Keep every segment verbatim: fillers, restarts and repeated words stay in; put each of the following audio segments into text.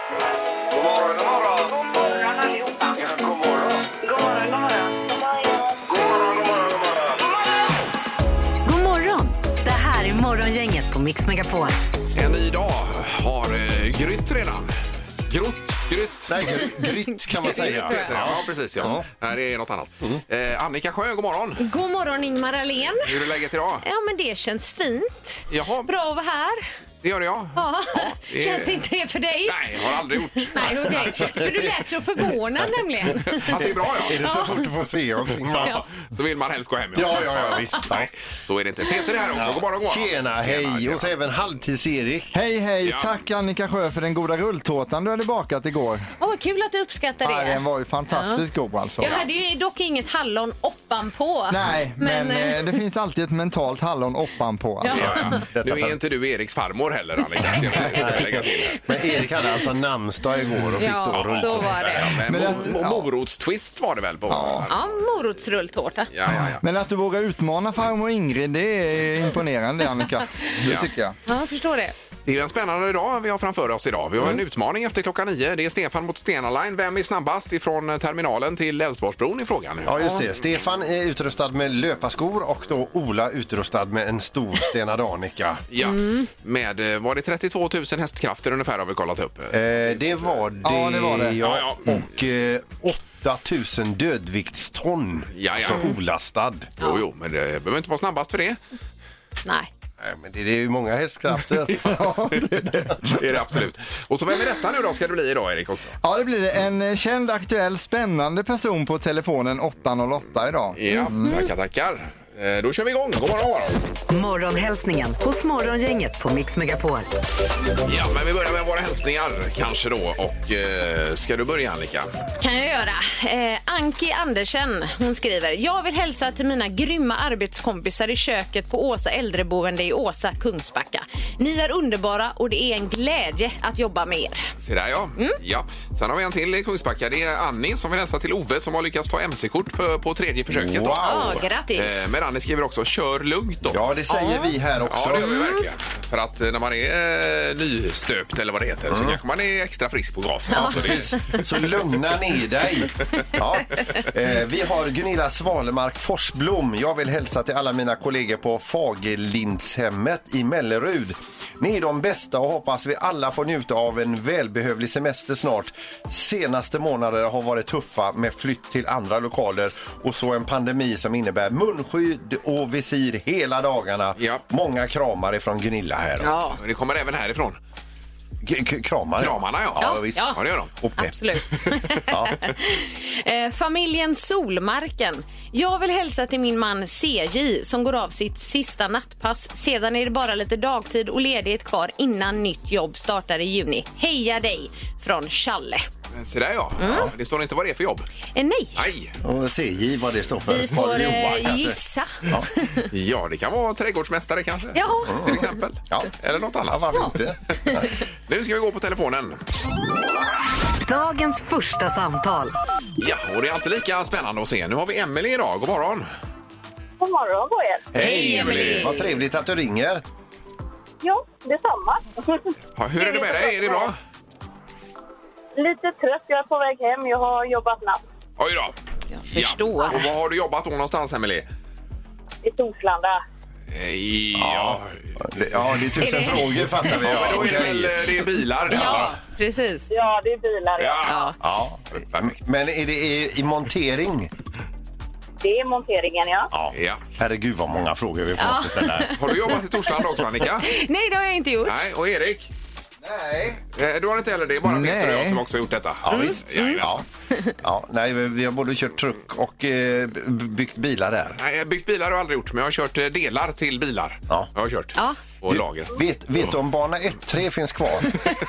God morgon, god morgon. God morgon allihopa. Ja, god morgon. God morgon, god morgon. God morgon, god morgon, God morgon. Det här är Morgongänget på Mix Megapol. En ny dag har eh, grytt redan. Grott, grytt. Nej, gry- grytt kan man säga. Grytt heter det. Ja, precis. Ja. Ja. Nej, det är något annat. Mm. Eh, Annika Sjö, god morgon. God morgon Ingmar Ahlén. Hur är läget idag? Ja men det känns fint. Jaha, Bra att vara här. det gör det ja. Ja. det är- Känns det inte det för dig? Nej, har aldrig gjort. Nej, okej. För du lät så förvånad nämligen. Att det är bra ja. Är det så fort du får se oss, Ingmar? Ja. Så vill man helst gå hem. Ja, ja, ja, visst. Nej, så är det inte. Peter är här också. God morgon, god morgon. Tjena, hej. tjena. Och så även halvtids-Erik. Hej, hej. Ja. Tack Annika Sjö för den goda rulltårtan du hade bakat igår. Åh, vad kul att du uppskattar Ja, det. den var ju fantastiskt god alltså. Jag hade ju dock inget hallon oppan på. Nej, men, Men, eh, det finns alltid ett mentalt hallon oppan på. Alltså. Ja. Ja, ja. Nu Detta är för- inte du Eriks farmor heller, Annika. Ska jag- ska jag lägga till här. Men Erik hade alltså namnsdag igår och fick Ja, då runt. så var det. Men, Men mo- att- mo- ja. morotstwist var det väl på? Ja, Ja, morotsrulltårta. ja, ja. Men att du vågar utmana farmor Ingrid, det är imponerande Annika. Det Ja. tycker jag. Ja, jag förstår det. Det är en spännande dag vi har framför oss idag. Vi har en utmaning efter klockan nio. Det är Stefan mot Stena Line. Vem är snabbast ifrån terminalen till Älvsborgsbron i frågan? Ja, just det. Stefan är utrustad med löparskor och då Ola utrustad med en stor Stena Danica. Ja, med, eh, var det trettiotvå tusen hästkrafter ungefär har vi kollat upp? Eh, det var det. Ja, det var det. Ja, ja. Och eh, åtta tusen dödviktston. Ja, ja. Alltså olastad. Jo, jo, men det behöver inte vara snabbast för det. Nej. Nej, men det, det är ju många hästkrafter. Det är det absolut. Och så vem är detta nu då ska det bli idag, Erik, också? Ja, det blir det. En eh, känd, aktuell, spännande person på telefonen åtta noll åtta idag. Ja, tackar, tackar. Eh, Då kör vi igång. God morgon, god morgon. Morgonhälsningen hos Morgongänget på Mix Megapol. Ja, men vi börjar med våra hälsningar kanske då. Och eh, ska du börja, Annika? Kan jag göra. Eh, Anki Andersen, hon skriver: jag vill hälsa till mina grymma arbetskompisar i köket på Åsa äldreboende i Åsa, Kungsbacka. Ni är underbara och det är en glädje att jobba med er. Se där, ja. ja. Sen har vi en till i Kungsbacka. Det är Annie som vill hälsa till Ove som har lyckats ta M C-kort för, på tredje försöket. Då. Ja, grattis. Eh, men Annie skriver också, kör lugnt då. Ja, det säger vi här också. Ja, det gör vi verkligen. För att eh, när man är eh, nystöpt eller vad det heter så kanske man är extra frisk på gasen. Ja, så det är... Så lugna ner dig. Ja. Eh, vi har Gunilla Svalemark Forsblom. Jag vill hälsa till alla mina kollegor på Fagerlindshemmet i Mellerud. Ni är de bästa och hoppas vi alla får njuta av en välbehövlig semester snart. Senaste månader har varit tuffa med flytt till andra lokaler och så en pandemi som innebär munskydd och visir hela dagarna. Ja. Många kramar ifrån Gunilla här. Ja, det kommer även härifrån. K- k- kramar, Kramarna, ja. Ja, visst. Ja, det gör de. Och pepp. Absolut. Ja. eh, familjen Solmarken. Jag vill hälsa till min man C J som går av sitt sista nattpass. Sedan är det bara lite dagtid och ledighet kvar innan nytt jobb startar i juni. Heja dig från Challe. Se där, ja. ja. Det står inte vad det är för jobb. Eh, nej, Nej. Och C J vad det står för. vi Vad får du jobbar, eh, kanske. gissa. Ja. Ja, det kan vara trädgårdsmästare kanske. Ja. Till exempel. Ja. Eller något annat. Ja, varför inte? Nu ska vi gå på telefonen. Dagens första samtal. Ja, och det är alltid lika spännande att se. Nu har vi Emelie idag. God morgon. God morgon på er. Hej, Emelie. Vad trevligt att du ringer. Ja, detsamma. Ja, hur är det med dig? Är det bra? Lite trött, jag är på väg hem. Jag har jobbat natt Oj då. Jag förstår. Ja. Och vad har du jobbat då någonstans, Emelie? i Torslanda. Eh, Ja. Det- Ja, det är tusen Är det- frågor fattar vi. Ja, men då är det Okej. väl det är bilar där. Ja, precis. Ja, det är bilar. Ja. Ja. Ja. Ja. Perfekt. Men är det i, i montering? Det är monteringen, ja. Ja. Ja. Herregud vad många frågor vi får måste ställa här. Har du jobbat i Torslanda också, Annika? Nej, det har jag inte gjort. Nej, och Erik? Nej. Eh, Du har inte heller det, det är bara Peter och jag Nej. som också har gjort detta. Ja, visst. Ja, Ja. Ja, nej, vi vi har både kört truck och eh, b- byggt bilar där. Nej, jag har byggt bilar har jag aldrig gjort, men jag har kört eh, delar till bilar. Ja. Jag har kört Ja. på lagret. Vet, vet du om bana ett tre finns kvar?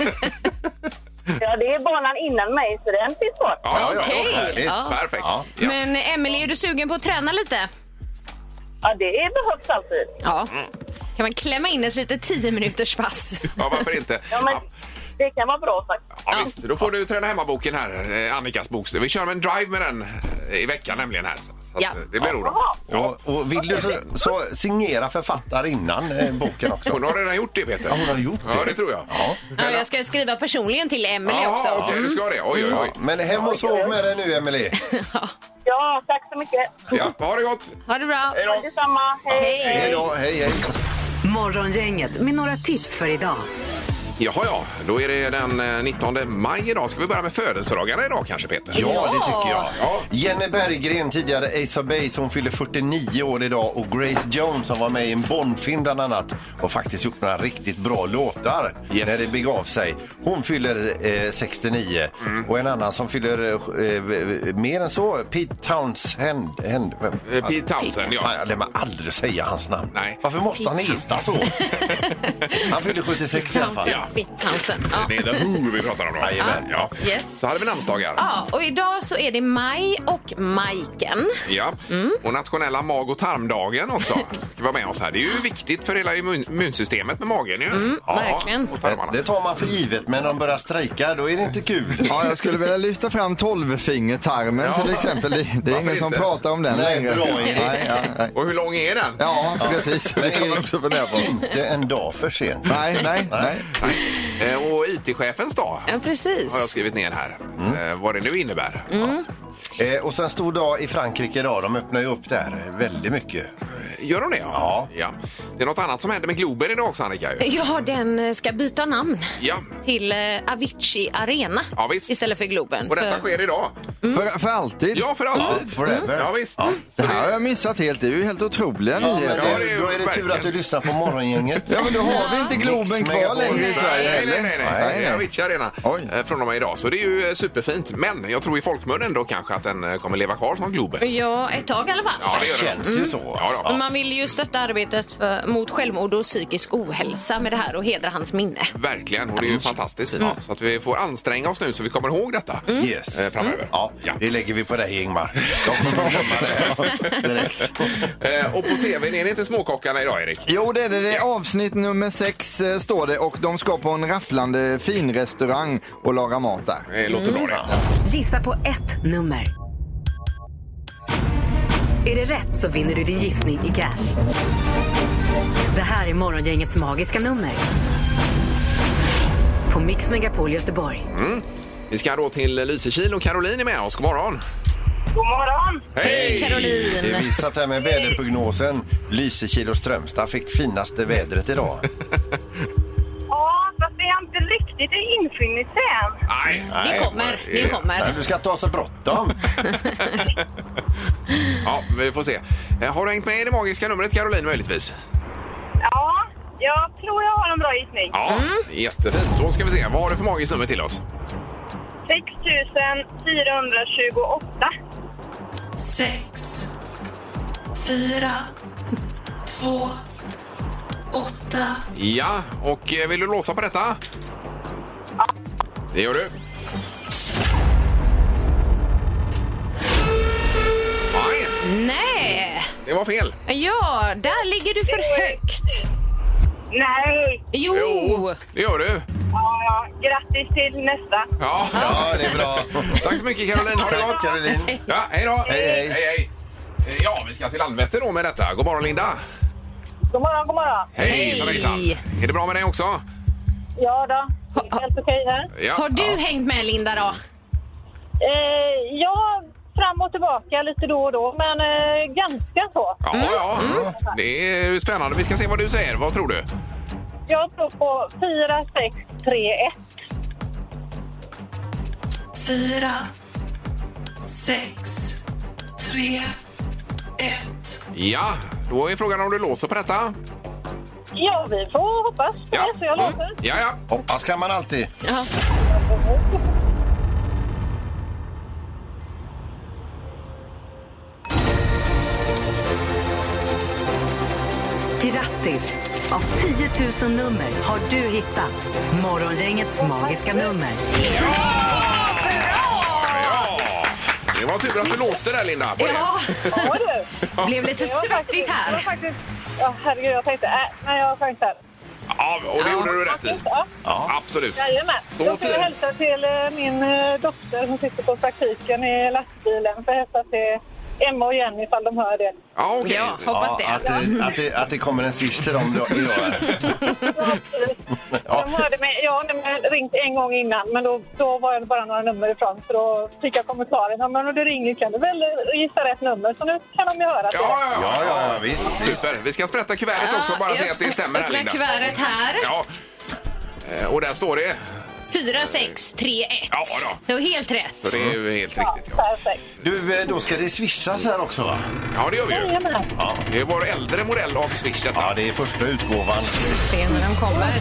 Ja, det är banan innan mig, så den finns kvar. Ja, ja, Okej. ja, härligt. Ja. Perfekt. Ja. Ja. Men Emelie, är du sugen på att träna lite? Ja, det behövs alltid. Ja. Kan man klämma in ett litet tio minuters pass? Ja, varför inte? Ja, men Ja. det kan vara bra faktiskt. Ja, visst. Då får du träna hemmaboken här, eh, Annikas bok. Vi kör med en drive med den eh, i veckan nämligen här. Så att, Ja. det blir nog bra. Ja. Och, och vill du så, så signera författare innan eh, boken också? Hon har redan gjort det, Peter. Ja, hon har gjort det. Ja, det tror jag. Ja. Ja, jag ska skriva personligen till Emelie Ja, också. okej, du ska det. Oj, oj, oj. Men hem och sov med dig nu, Emelie. Ja, tack så mycket. Ja, ha det gott. Ha det bra. Hej då. Detsamma. Hej. Hej då, hej hej. Morgongänget med några tips för idag. Jaha, ja. Då är det den nittonde maj idag. Ska vi börja med födelsedagarna idag kanske, Peter? Ja, det tycker jag. Ja. Jenny Berggren, tidigare Ace of Base, som fyller fyrtionio år idag. Och Grace Jones, som var med i en Bondfilm bland annat. Och faktiskt gjort några riktigt bra låtar Yes. när det begav sig. Hon fyller eh, sextionio. Mm. Och en annan som fyller eh, mer än så, Pete Townshend. Hand, Eh, Pete Townsend, ja. Fan, jag lär aldrig säga hans namn. Nej. Varför måste han heta så? Han fyller sjuttiosex i alla fall. Townsend. Townsend. Ja. Det är The Who vi pratar om då. Jajamän. Ja. Yes. Så hade vi namnsdagar. Ja, och idag så är det Maj och Majken. Ja. Och nationella mag- och tarmdagen också. Ska vara med oss här. Det är ju viktigt för hela immun- immunsystemet med magen. Ju. Mm, verkligen. Och tarmarna. Det tar man för givet, men om de börjar strejka, då är det inte kul. Ja, jag skulle vilja lyfta fram tolvfingertarmen Ja. till exempel. Det, det är Varför ingen som inte? pratar om den Nej, längre. bra idé. Nej, ja, nej. Och hur lång är den? Ja, precis. Det kan man också fundera på. Inte en dag för sent. Nej, nej, nej. Eh, Och I T-chefens dag Ja, precis. har jag skrivit ner här. Eh, vad det nu innebär. Eh, och sen stor dag i Frankrike idag. De öppnar ju upp där väldigt mycket. Gör de det? Ja. ja. Det är något annat som händer med Globen idag också, Annika. Ju. Ja, den ska byta namn Ja. till eh, Avicii Arena Ja, visst. istället för Globen. Och detta För- sker idag. För, för alltid. Ja, för alltid. Forever. Ja, visst. Det Så här har det, jag missat helt. Det är ju helt otroliga Ja, men nyheter. Ja, det är då, då är det tur verkligen. att du lyssnar på morgongänget. Ja, men då har vi inte Globen Mix kvar Megapol. längre i Sverige nej, nej, heller. nej, nej. Det är Avicii Arena Oj. eh, från och med idag. Så det är ju eh, superfint. Men jag tror i folkmun ändå kanske att den eh, kommer leva kvar som Globen. Ja, ett tag i alla fall. Ja, det gör Känns det. ju så. Ja, då. Men man vill ju stötta arbetet för, mot självmord och psykisk ohälsa med det här och hedra hans minne. Verkligen, och det är ju fantastiskt fint. Så att vi får anstränga oss nu så vi kommer ihåg detta Yes. eh, framöver. Ja, Ja. det lägger vi på dig, Ingmar. Jag kommer att glömma det direkt. Eh, och på tvn är det inte Småkockarna idag, Erik? Jo, det är det. Det är avsnitt nummer sex eh, står det och de ska på en rafflande finrestaurang och laga mat där. Det låter bra det. Gissa på ett nummer. Är det rätt så vinner du din gissning i cash. Det här är Morgongängets magiska nummer. På Mix Megapol Göteborg. Vi ska då till Lysekil och Caroline är med oss. God morgon! God morgon. Hej Caroline! Det är visat här med väderprognosen. Lysekil och Strömstad fick finaste vädret idag. Ja, fast det är inte riktigt infunnit än. Nej, Det kommer, det kommer. Men du ska ta så bråttom. Ja, vi får se. Eh, Har du hängt med i det magiska numret, Caroline, möjligtvis? Ja, jag tror jag har en bra gissning. Ja, jättefint. Då ska vi se. Vad har du för magiskt nummer till oss? sex tusen fyrahundratjugoåtta. sex, fyra, två, åtta. Ja, och eh, vill du låsa på detta? Ja. Det gör du. Nej, Nej! det var fel. Ja, där ligger du för högt. Nej. Jo! Jo, det gör du. Ja, ja. Grattis till nästa. Ja, Ja, det är bra. tack så mycket, Caroline. Ha det gott. Caroline. Ja, hej då. Hej, hej. hej, hej. Eh, Ja, vi ska till Landvetter då med detta. God morgon, Linda. God morgon, god morgon. Hej, Hej. hejsan, hejsan. Är det bra med dig också? Ja då, det är helt okej här. Ja. Har du Ja. hängt med, Linda, då? Eh, ja, fram och tillbaka lite då och då, men eh, ganska så. Ja, ja. Det är ju spännande. Vi ska se vad du säger. Vad tror du? Jag tror på fyra sex tre ett. Fyra, sex, tre, ett. Ja, då är frågan om du låser på detta. Ja, vi får hoppas på Ja. det, så jag låter. Ja, ja. Hoppas kan man alltid. Ja. Grattis! Av tio tusen nummer har du hittat Morgongängets magiska nummer. Ja! Det var tur att du låste där, Linda. På det. Ja, Ja, du. blev lite Det var svettigt faktiskt- det var här. faktiskt... Ja, herregud, jag tänkte... Äh, nej, jag chansar. Ja, och det Ja. gjorde du rätt i. Ja, Absolut. jajamän. Så Jag ska fint. hälsa till eh, min eh, dotter som sitter på praktiken i lastbilen. För hälsa till Emma och Jenny ifall de hör det. Ja, okej. Ja, hoppas det. Ja, att, det, att, det, att det kommer en swish till dem då, idag. Ja. De hörde mig, jag har ringt en gång innan, men då, då var jag bara några nummer ifrån. Så då fick jag kommentaren. Ja, men om du ringer kan du väl gissa rätt nummer, så nu kan de ju höra det. Ja, ja, Ja, ja, ja, visst. Super. Vi ska sprätta kuvertet också och bara se att det stämmer här, Öppna Linda. kuvertet här. Ja. Eh, Och där står det. fyra sex tre ett. Ja då. Så helt rätt. Så det är ju helt riktigt. Ja, Perfekt. Du, då ska det swishas här också, va? ja det gör vi ju. Jajamän. Det är vår äldre modell av Swish detta. Ja, det är första utgåvan. Se när de kommer.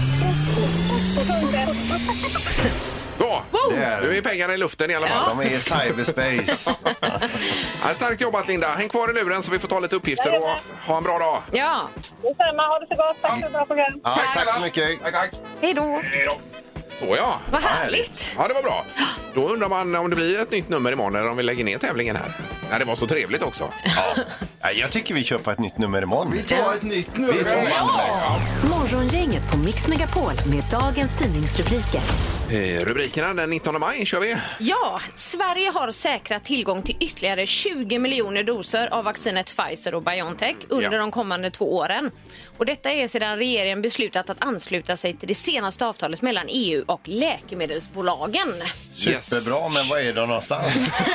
Så, Det är- nu är pengarna i luften i alla fall. De är i cyberspace. Ja, starkt jobbat, Linda. Häng kvar i luren så vi får ta lite uppgifter och ha en bra dag. Ja, Detsamma, ha det så gott. Tack för ett bra program. Ja, tack så mycket. Tack, tack. hej då. Hej då. Så ja. Vad härligt. Ja, det var bra. Då undrar man om det blir ett nytt nummer imorgon eller om vi lägger ner tävlingen här. Ja, det var så trevligt också. Ja, jag tycker vi köper ett nytt nummer imorgon. Vi tar ett nytt nu. Vi tar ja. Morgongänget på Mix Megapol med dagens tidningsrubriker. Eh, rubrikerna den nittonde maj kör vi. Ja, Sverige har säkrat tillgång till ytterligare tjugo miljoner doser av vaccinet Pfizer och BioNTech under Ja. de kommande två åren. Och detta är sedan regeringen beslutat att ansluta sig till det senaste avtalet mellan E U och läkemedelsbolagen. Superbra, men vad är de någonstans?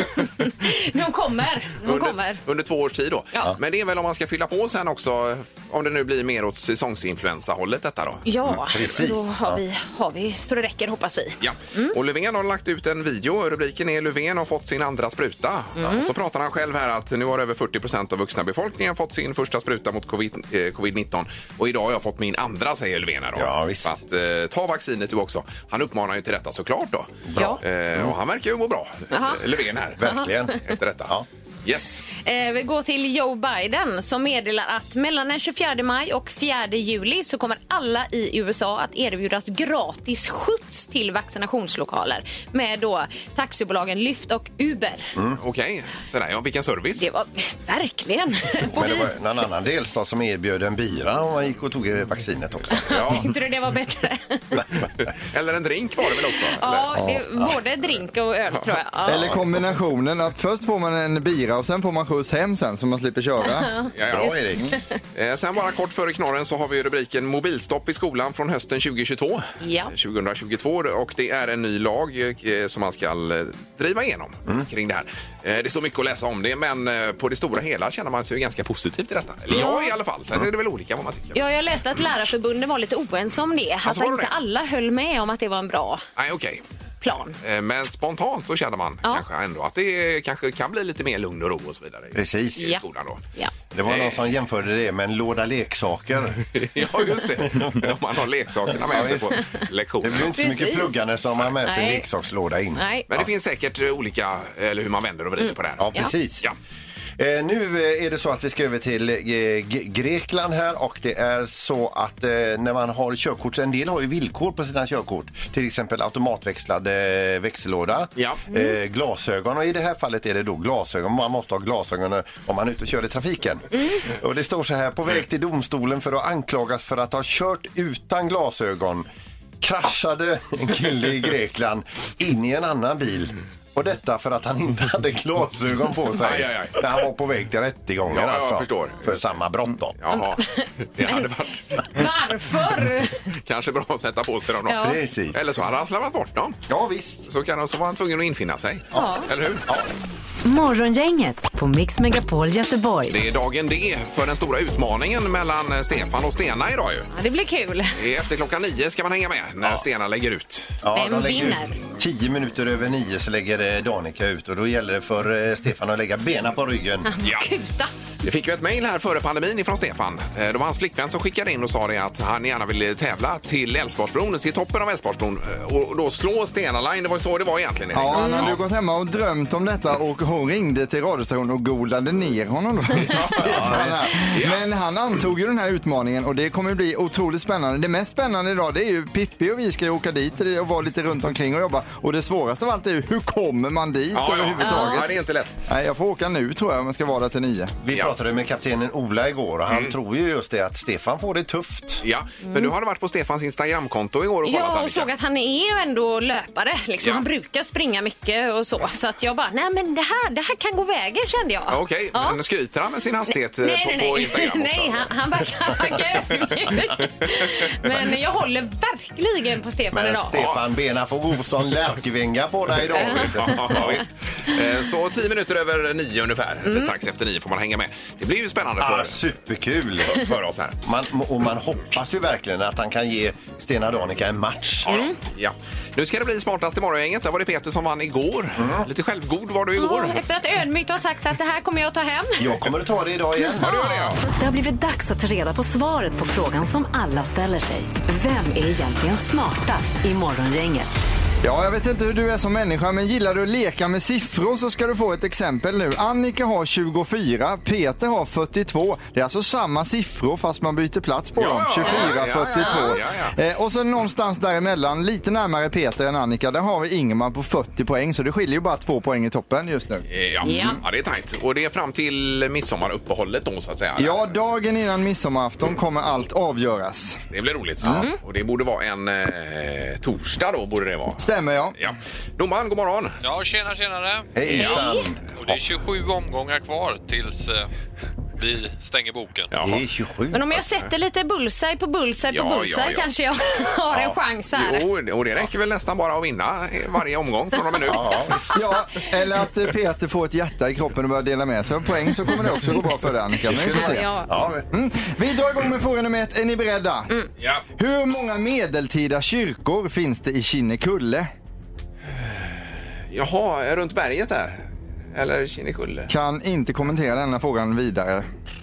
De kommer, de Under, kommer. under två års tid då. Ja. Men det är väl om man ska fylla på sen också, om det nu blir mer åt säsongsinfluensa-hållet detta då. Ja, precis. då har vi, har vi så det räcker hoppas vi. Ja. Och Löfven har lagt ut en video. Rubriken är Löfven har fått sin andra spruta. Mm. Så pratar han själv här att nu har över fyrtio procent av vuxna befolkningen fått sin första spruta mot covid, eh, covid nitton. Och idag har jag fått min andra, säger Löfven här då. Ja, visst. Så att eh, ta vaccinet du också. Han uppmanar ju till detta såklart då. Bra. Eh, och han verkar ju må bra, Aha. eh, Löfven här. Verkligen. Efter detta. Ja. Yes. Eh, vi går till Joe Biden som meddelar att mellan den tjugofjärde maj och fjärde juli så kommer alla i U S A att erbjudas gratis skjuts till vaccinationslokaler med då taxibolagen Lyft och Uber. Mm, Okej, sådär ja, vilken service. Det var verkligen. Får Men det vi... var någon annan delstat som erbjöd en bira om man gick och tog vaccinet också. Ja. Tyckte du det var bättre? Eller en drink var det väl också? Eller? Ja, det, både drink och öl tror jag. Ja. Eller kombinationen att först får man en bira och sen får man skjuts hem sen så man slipper köra. Ja, ja. Bra, Erik. Eh, sen bara kort före knorren så har vi rubriken Mobilstopp i skolan från hösten tjugohundratjugotvå. Ja. tjugohundratjugotvå och det är en ny lag eh, som man ska eh, driva igenom kring det här. Eh, det står mycket att läsa om det men eh, på det stora hela känner man sig ju ganska positiv till detta. Eller jag i alla fall, sen är det väl olika vad man tycker. Ja, jag läste att lärarförbunden var lite oense om det. Alltså, var det inte det? alla höll med om att det var en bra Nej, okej. plan. Eh, Men spontant så känner man Ja. kanske ändå att det kanske kan bli lite mer lugn och ro och så vidare. Precis. I Ja. skolan då. Ja. Det var någon som jämförde det med en låda leksaker. Ja, just det. Om man har leksakerna med Ja, sig på Det lektionen. blir inte så mycket Precis. pluggande som man har med sig en Nej. leksakslåda in. Nej. Men det finns säkert eh, olika, eller hur man vänder och vrider på det här. Ja, precis. Ja. Eh, nu eh, är det så att vi ska över till eh, G- Grekland här och det är så att eh, när man har körkort, en del har ju villkor på sina körkort, till exempel automatväxlad eh, växellåda, Ja. eh, glasögon och i det här fallet är det då glasögon, man måste ha glasögon om man är ute och kör i trafiken. Och det står så här, på väg till domstolen för att anklagas för att ha kört utan glasögon kraschade en kille i Grekland in i en annan bil. Och detta för att han inte hade glasögon på sig Aj, aj, aj. när han var på väg till rättegången. Ja, jag alltså, förstår. För samma brott då. Jaha, det hade varit Varför? kanske bra att sätta på sig dem då. Ja. Precis. Eller så hade han slarvat bort dem. Ja, visst. Så, kan, så var han tvungen att infinna sig. Ja. Eller hur? Morgongänget på Mix Megapol Göteborg. Det är dagen D för den stora utmaningen mellan Stefan och Stena idag ju. Ja, det blir kul. Det är efter klockan nio ska man hänga med när Ja. Stena lägger ut. Ja, Vem de lägger ut vinner? Tio minuter över nio så lägger eh, Danica ut och då gäller det för eh, Stefan att lägga benen på ryggen. Ja. Kuta. Vi fick ju ett mejl här före pandemin ifrån Stefan. Eh, Det var hans flickvän som skickade in och sa det att han gärna ville tävla till Älvsborgsbron, till toppen av Älvsborgsbron eh, och då slå Stena Line. Det var ju så det var egentligen. Erik. Ja, han hade ju gått hemma och drömt om detta och hon ringde till radiostationen och golade ner honom då. Stefan här. Ja. Men han antog ju den här utmaningen och det kommer bli otroligt spännande. Det mest spännande idag det är ju Pippi och vi ska ju åka dit och vara lite runt omkring och jobba. Och det svåraste av allt är ju, hur kommer man dit Ja, ja. överhuvudtaget? Ja, det är inte lätt. Nej, jag får åka nu tror jag om jag ska vara där till nio. Vi Ja. pratade med kaptenen Ola igår och han tror ju just det att Stefan får det tufft. Ja, men du hade varit på Stefans Instagramkonto igår och kollat, Ja, och Annika. såg att han är ju ändå löpare. Liksom. Ja. Han brukar springa mycket och så. Så att jag bara, nej men det här, det här kan gå vägen, kände jag. Ja, Okej, Ja. men skryter han med sin hastighet eh, Nej, på, nej, på nej. Instagram också? Nej, han, han verkar ödmjuk. Men jag håller verkligen på Stefan Men idag. Stefan, bena får gå som lärkvinga på dig idag. vet du. Ja, ja, visst. Eh, Så tio minuter över nio ungefär, eller strax efter nio får man hänga med. Det blir ju spännande för, Ah, superkul! för oss här. Man, och man hoppas ju verkligen att han kan ge Stena Danica en match. Ja, ja. Nu ska det bli smartast i morgongänget. Där var det Peter som vann igår. Lite självgod var du igår. Ja, efter att ödmjukt ha sagt att det här kommer jag att ta hem. Jag kommer att ta det idag igen. Ja, du gör det, ja. Det har blivit dags att ta reda på svaret på frågan som alla ställer sig. Vem är egentligen smartast i morgongänget? Ja, jag vet inte hur du är som människa, men gillar du att leka med siffror så ska du få ett exempel nu. Annika har tjugofyra, Peter har fyrtiotvå. Det är alltså samma siffror fast man byter plats på Ja, dem. ja, tjugofyra, ja, ja, fyrtiotvå. ja, ja. Eh, och så någonstans däremellan, lite närmare Peter än Annika, där har vi Ingmar på fyrtio poäng. Så det skiljer ju bara två poäng i toppen just nu. Eh, Ja. Ja. ja, det är tajt. Och det är fram till midsommaruppehållet då, så att säga. Ja, dagen innan midsommarafton kommer allt avgöras. Det blir roligt. Och det borde vara en eh, torsdag då, borde det vara. Stämmer ja. Ja. Domaren, god morgon. Ja, tjena, tjenare. Hejsan! Och det är tjugosju omgångar kvar tills eh, vi stänger boken. Jaha. Det är tjugosju. Men om jag sätter lite bullseye på bullseye på Ja, bullseye ja, ja. kanske jag har en chans här. Jo, och det räcker väl nästan bara att vinna varje omgång från och med nu. Ja, eller att eh, Peter får ett hjärta i kroppen och börjar dela med sig av poäng så kommer det också gå bra för dig Annika. Men vi får se. Ja. Ja, Mm. Vi drar igång med fråga nummer ett. Är ni beredda? Ja. Hur många medeltida kyrkor finns det i Kinnekulle? Jaha, runt berget där? Eller Kinnekulle? Kan inte kommentera denna frågan vidare.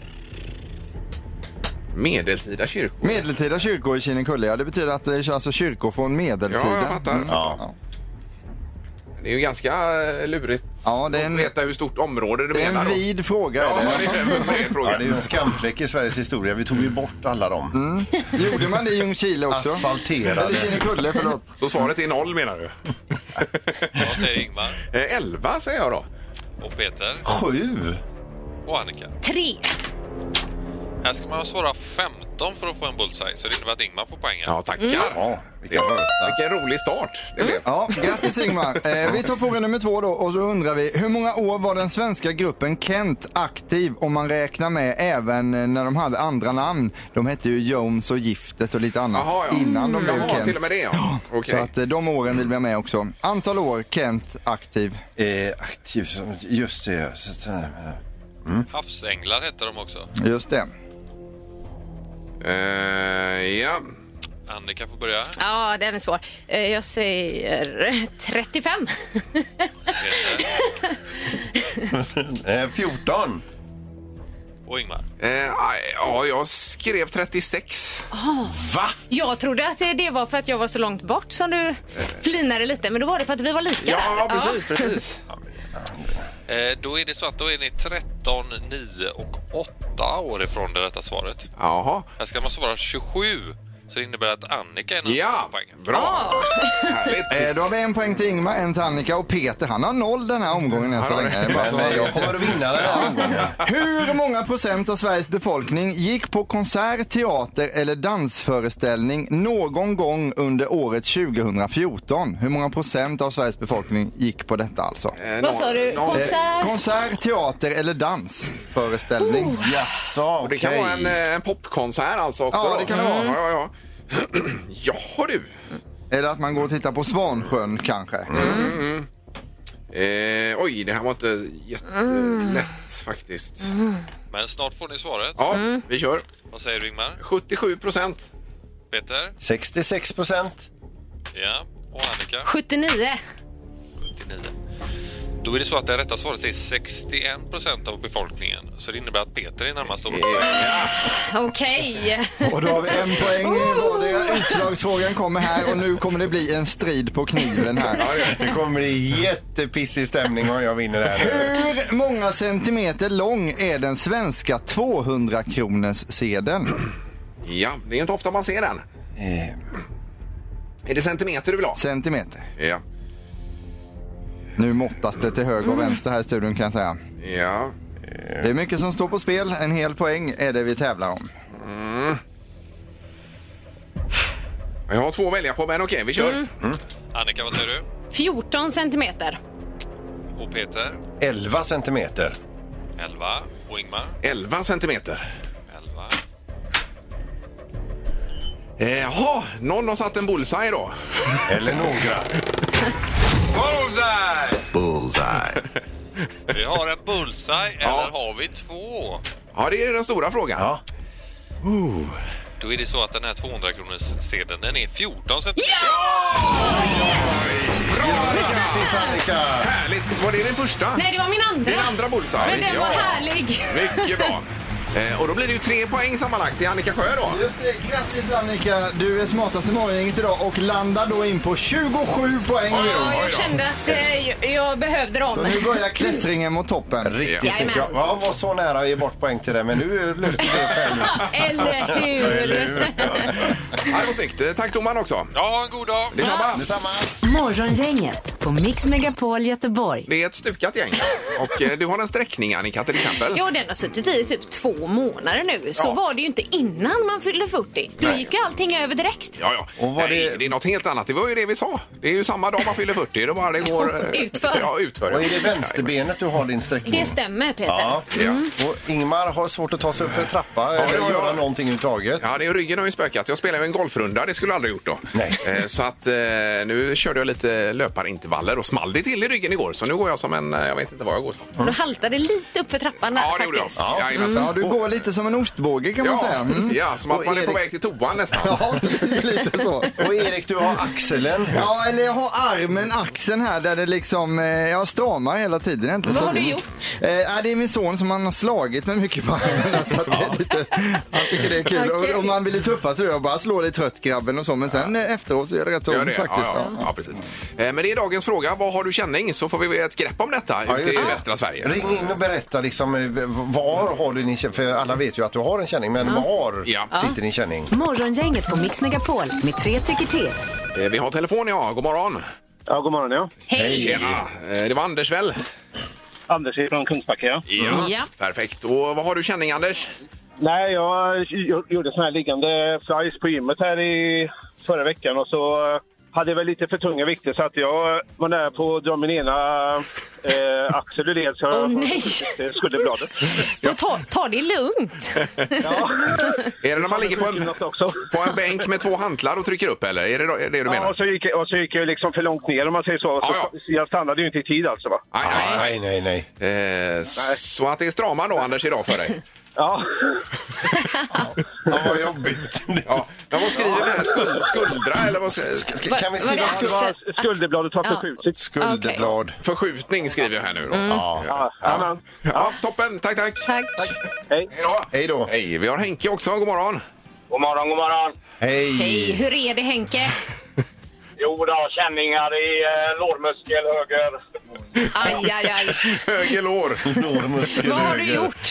Medeltida kyrkor? Medeltida kyrkor i Kinnekulle, ja, det betyder att det är alltså kyrkor från medeltiden. Ja, jag fattar. Mm. Ja. Det är ju ganska eh, lurigt Ja, det är en- att veta hur stort område du Det är menar en då. vid fråga. Ja, Är det det? är en bred Ja, fråga. det är ju en skamfläck i Sveriges historia. Vi tog ju bort alla dem. Gjorde man det i Ljungskile också? Asfalterade. Eller Kinnekulle, förlåt. Så svaret är noll menar du? Vad säger Ingmar Eh, elva säger jag då. och Peter Sju? och Annika? Tre. Här ska man svara femton för att få en bullseye, så det innebär att Ingmar får poängen. Ja, tackar. Ja, vilken röta. Vilken rolig start det blev. Ja, grattis Ingmar. Eh, vi tar fråga nummer två då och då undrar vi hur många år var den svenska gruppen Kent aktiv om man räknar med även eh, när de hade andra namn. De hette ju Jones och Giftet och lite annat Jaha, ja. innan de blev Jaha, Kent. till och med det, ja. Okej. Så att eh, de åren vill vi ha med också. Antal år Kent aktiv. Eh, aktiv som... Just det. Så, så, ja. Havsänglar hette de också. Just det. Eh, ja. Annika får börja. Ja, den är svår. Eh, Jag säger trettiofem. eh, fjorton. Och Ingmar. Eh, ja, jag skrev trettiosex. Va? Jag trodde att det var för att jag var så långt bort som du flinade lite. Men då var det för att vi var lika. Ja, där. precis, precis. Eh, då är det så att då är ni tretton, nio och åtta år ifrån det rätta svaret. Jaha. Här ska man svara tjugosju, så det innebär att Annika är närmast Ja, poängen. bra. Härligt. Eh, då har vi en poäng till Ingmar, en till Annika och Peter. Han har noll den här omgången än så länge. Det är bara så Men man jag vet. kommer att vinna den här omgången. Hur många procent av Sveriges befolkning gick på konsert, teater eller dansföreställning någon gång under året tjugohundrafjorton? Hur många procent av Sveriges befolkning gick på detta alltså? Eh, Vad sa du? någon- någon- Konsert? Konsert, teater eller dansföreställning? Jaså, Och det kan okej. vara en, eh, en popkonsert alltså också. Ja, då. det kan det vara. Ja, ja, ja. Jaha du. Eller att man går och tittar på Svansjön kanske? Eh, oj, det här var inte jättelätt faktiskt. Men snart får ni svaret. Ja, vi kör. Vad säger du Ingmar? sjuttiosju procent. Peter? sextiosex procent. Ja. Och Annika? sjuttionio. sjuttionio. Då är det så att det rätta svaret är sextioen procent av befolkningen. Så det innebär att Peter är närmast över. Okej. Och då har vi en poäng vardera. Utslagsfrågan kommer här och nu kommer det bli en strid på kniven här. Det kommer bli jättepissig stämning om jag vinner det här. Hur många centimeter lång är den svenska tvåhundra-kronors-sedeln? Ja, det är inte ofta man ser den. Eh, Är det centimeter du vill ha? Centimeter. Ja. Nu måttas det till höger och vänster här i studion kan jag säga. Ja. Det är mycket som står på spel. En hel poäng är det vi tävlar om. Mm. Jag har två att välja på, men okej, vi kör. Mm. Mm. Annika, vad säger du? fjorton centimeter. Och Peter? elva centimeter. elva. Och Ingmar? elva centimeter. elva. Eh, jaha, någon har satt en bullseye då. Eller några. Bullseye! Bullseye. Vi har en bullseye, Ja. eller har vi två? Ja, det är den stora frågan. Ja. Uh. Då är det så att den här tvåhundra-kronors sedeln, den är fjorton centimeter. Bra, Annika! Grattis, Annika! Härligt. Var det din första? Nej, det var min andra. Din andra bullseye. Men den var Ja. härlig. Mycket bra. Eh, och då blir det ju tre poäng sammanlagt till Annika Sjö då. Just det, grattis Annika. Du är smartaste morgongänget idag och landar då in på tjugosju poäng. Oj, Ja, oj, jag oj. kände att eh, jag- jag behövde dem. Så nu börjar klättringen mot toppen. Riktigt Jajamän. fint. Jag ja, var så nära att ge bort poäng till det, men nu löste det själv. Eller hur? Ja, det var snyggt. Eh, Tack domaren också. Ja, ha en god dag. Detsamma. Detsamma. Morgongänget på Mix Megapol Göteborg. Det är ett stukat gäng. Och eh, du har en sträckning, Annika, till exempel. Ja, den har suttit i typ två månader nu. Så Ja. var det ju inte innan man fyllde fyrtio. Då Nej. gick ju allting över direkt. Ja, ja. Och var Nej, det- det är något helt annat. Det var ju det vi sa. Det är ju samma dag man fyller fyrtio. Då bara det går... eh, Utför. Ja, utför. Och är det vänsterbenet du har din sträckning? Det stämmer, Peter. Ja. Ja. Och Ingmar har svårt att ta sig upp för trappa det eller har jag. göra någonting överhuvudtaget. Ja, det är ryggen har ju spökat. Jag spelade ju en golfrunda, det skulle jag aldrig gjort då. Nej. Eh, Så att eh, nu körde jag lite löparintervaller och small det till i ryggen igår. Så nu går jag som en, eh, jag vet inte vad jag går som. Du haltade lite upp för trappan där, Ja, det gjorde jag. faktiskt. Ja, jajamensan. Ja, du går lite som en ostbåge kan man säga. Ja, Mm. ja, som att Och man är på Erik- väg till toan nästan. Ja, lite så. Och Erik, du har axeln. Ja, eller jag har armen, axeln här där det liksom, eh, jag stramar hela tiden egentligen. Vad Så har du det- gjort? Eh, ja, det är min son som han har slagit med mycket på armen. Så att det är lite, han tycker det är kul. Okej. Och, och man vill ju tuffa sig då och bara slå dig trött grabben och så. Men sen eh, efteråt så är det rätt så Gör ont det? faktiskt. Ja, ja, ja, precis. Eh, Men det är dagens fråga. Vad har du känning? Så får vi ett grepp om detta Ja, ute i just det. västra Sverige. Ring in och berätta liksom, eh, var har du din känning? För alla vet ju att du har en känning, men var Ja. sitter din känning? Morgongänget på Mix Megapol med tre tycker till. Eh, Vi har telefon, ja. God morgon. Ja, god morgon, ja. Hej! Tjena. Eh, Det var Anders väl? Anders från Kungsbacka, ja. Ja. Ja. Perfekt. Och vad har du känning, Anders? Nej, jag gjorde sån här liggande flies på gymmet här i förra veckan och så hade jag väl lite för tunga vikter så att jag var nära på att dra min ena eh, axel ur led så jag Åh, nej. skulderbladet. Får ta, ta det lugnt. Ja. Är det när man ligger på en, Något också. på en bänk med två hantlar och trycker upp, eller? Är det då- är det, det du Ja, menar? och så gick, och så gick jag liksom för långt ner om man säger så. Ja, så ja. Jag stannade ju inte i tid alltså, va? Nej, nej, Nej, nej, nej. Eh, Så att det är strama då, Anders, idag för dig? Ja. Ja, vad jobbigt. Ja. Men vad skriver vi här? Skuld, skuldra eller vad? Ska- Kan vi Var det skriva skuld, axel? Skulderbladet har Ja. förskjutit. skulderblad? Förskjutning skriver jag här nu då. Ja. Ja, ja. Ja, toppen. Tack, tack. Tack. Hej. Hej då. Hej då. Hej, vi har Henke också. God morgon. God morgon, god morgon. Hej. Hej, hur är det, Henke? Jo då, känningar i eh, lårmuskel höger. Aj, aj, aj. Höger lår. Vad har du gjort?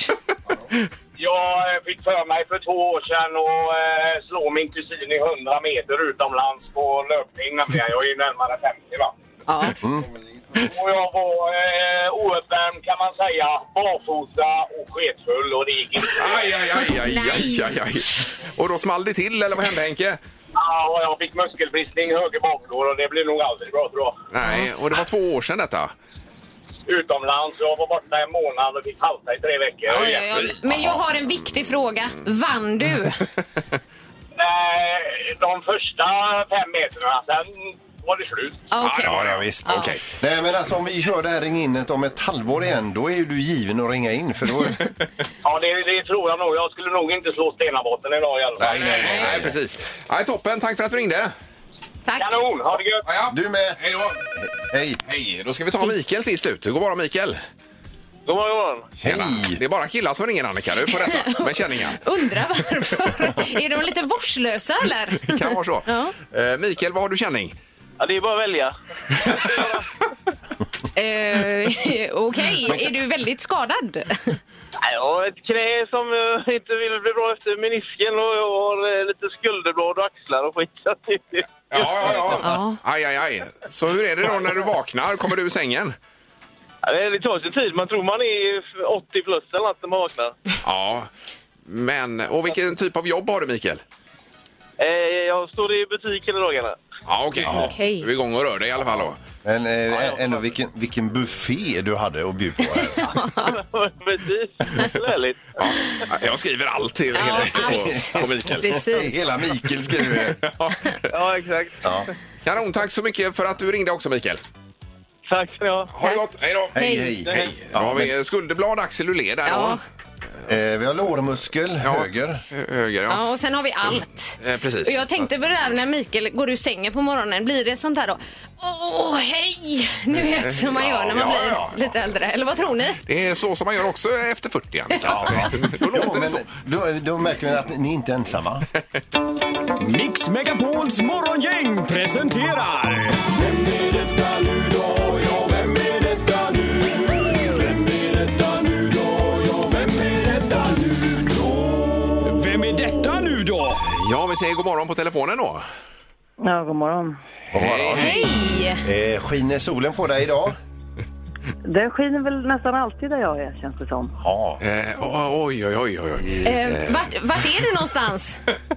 Jag eh, fick för mig för två år sedan att eh, slå min kusin i hundra meter utomlands på löpning. Nämligen. Jag är ju närmare femtio, va? Ja. Och jag var eh, ouppvärmd kan man säga, barfota och sketfull och det gick inte. Aj, aj, aj, aj, aj, aj, aj. Och då small det till, eller vad hände, Henke? Ja, jag fick muskelbristning höger baklår och det blev nog aldrig bra, tror jag. Nej, och det var två år sedan detta. Utomlands, jag var borta en månad och fick halta i tre veckor. Oj, oj, oj. Men jag har en viktig fråga. Vann du? Nej, de första fem metrarna, sen var det slut. Okej. Ja, ja, visst. Ja. Okej. Nej, men alltså om vi kör det här ring inet om ett halvår igen, då är ju du given att ringa in, för då... Ja, det, det tror jag nog. Jag skulle nog inte slå Stenabotten idag i alla fall. Nej, nej, nej, nej, precis. Nej, toppen. Tack för att du ringde. Tack. Kanon, ha det gött! Ja, ja. Du med. Hej då. Hej. Hej, då ska vi ta Mikael sist ut. God morgon, Mikael. God morgon, god morgon. Tjena. Hej. Det är bara killar som ringer, Annika, du, på detta. Med känningar. Undrar varför. Är de lite vårdslösa, eller? Det kan vara så. Ja. Eh, Mikael, vad har du känning? Ja, det är bara att välja. Eh, Okej, är du väldigt skadad? Jag har ett knä som uh, inte vill bli bra efter menisken och jag har uh, lite skulderblad och axlar och skit. Ja, ja, ja. ja. Aj, aj, aj. Så hur är det då när du vaknar? Kommer du ur sängen? Ja, det tar sin tid. Man tror man är åttio plus eller något när man vaknar. Ja, men... Och vilken typ av jobb har du, Mikael? Eh, jag står i butik hela dagarna. Ja, okej. Okay. Okay. Du är igång och rör dig i alla fall då. Men eh, ja, ja. ändå vilken, vilken buffé du hade att bjuda på här. Precis, väldigt. Ja, jag skriver allt till ja, hela allt. På, på Mikael. Precis. Hela Mikael skriver ja. ja, exakt. Ja. Kanon, tack så mycket för att du ringde också, Mikael. Tack ska ni ha. Ha det gott, hej då. Hej, hej. hej. Då har vi skulderblad, axel och led där ja. Eh, vi har lårmuskel, ja. höger. Höger, ja. Ja, och sen har vi allt. Eh, precis. Och jag tänkte på det där när Mikael går ur sängen på morgonen. Blir det sånt här då? Åh, hej! Nu vet som man gör när man ja, blir ja, ja. lite äldre. Eller vad tror ni? Det är så som man gör också efter fyrtio. Ja. Då låter ja, det men så. Då, då märker vi att ni inte är ensamma. Mix Megapols morgongäng presenterar... Vem är detta nu då? Ja, vem är detta nu? Vem är detta nu då? Ja, vem är detta nu då? Vem är detta nu då? Ja, vi säger god morgon på telefonen då. Ja, god morgon. God morgon. Hej! Eh, skiner solen på dig idag? Det skiner väl nästan alltid där jag är, känns det som. Ja. Eh, oj, oj, oj, oj. Eh, vart, vart är du någonstans?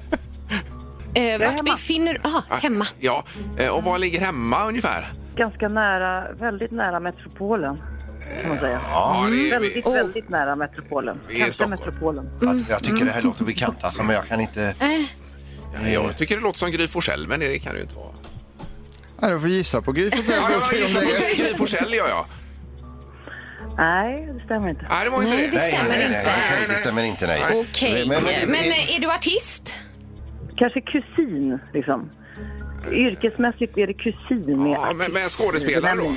eh, vart hemma. befinner du? Ah, hemma. Ja, eh, och vad ligger hemma ungefär? Ganska nära, väldigt nära metropolen, kan man säga. Ja, det är, Väldigt, Oh. väldigt nära metropolen. Vi är i Kanske Stockholm. metropolen. Jag, jag tycker det här låter bekant alltså, men jag kan inte... Eh, jag tycker det låter som Gry Forssell, men det kan det ju inte vara. Ja, du får gissa på Gry Forssell. Ja, jag gissar på Gry Forssell, gör jag. Nej, det stämmer inte. Nej, det var inte Nej, det. det stämmer nej, nej, inte. nej, nej, det stämmer inte, nej. Okej. Men- Men, men- är du artist? Kanske kusin, liksom. Yrkesmässigt är det kusin med Ja, men, men skådespelare då?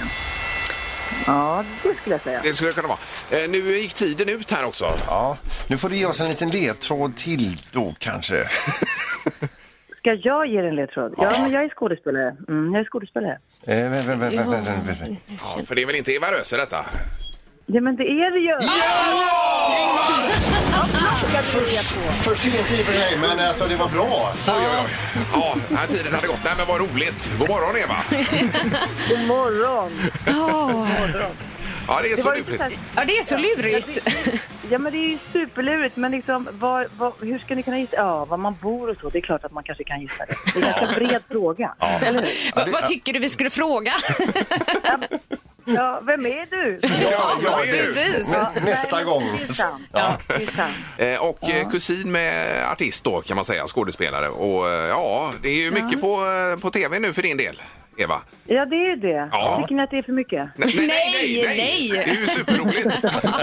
Ja, det skulle jag säga. Det skulle det kunna vara. Eh, nu gick tiden ut här också. Ja, nu får du ge oss en liten ledtråd till då kanske. Ska jag ge dig en ledtråd? Ja, men jag är skådespelare. Mm, jag är skådespelare. Eh, vä- vä- vä- vä- vä- vä- vä- Ja, för det är väl inte Eva Röse detta? Ja, men det är det ju. För sent i för dig, men alltså det var bra. Oj, oj, oj. Ja, den här tiden hade gått. Nej, men vad roligt. God morgon, Eva. God morgon. Ja, det är Det så var ju lurigt. så här- Ja, det är så lurigt. Ja, men det är ju superlurigt. Men liksom, var, var, hur ska ni kunna gissa? Ja, var man bor och så. Det är klart att man kanske kan gissa det. Det är en ganska bred fråga. Eller hur? Va, vad tycker du vi skulle fråga? Ja, vem är du? Ja, jag är du. Precis. Ja, Nästa nej, gång. Det är sant. Ja, det är sant. Eh, och eh, kusin med artist då, kan man säga, skådespelare. Och eh, ja, det är ju mycket på, eh, på tv nu för din del, Eva. Ja, det är ju det. Ja. Tycker ni att det är för mycket? Nej, Nej, nej. Det är ju superroligt.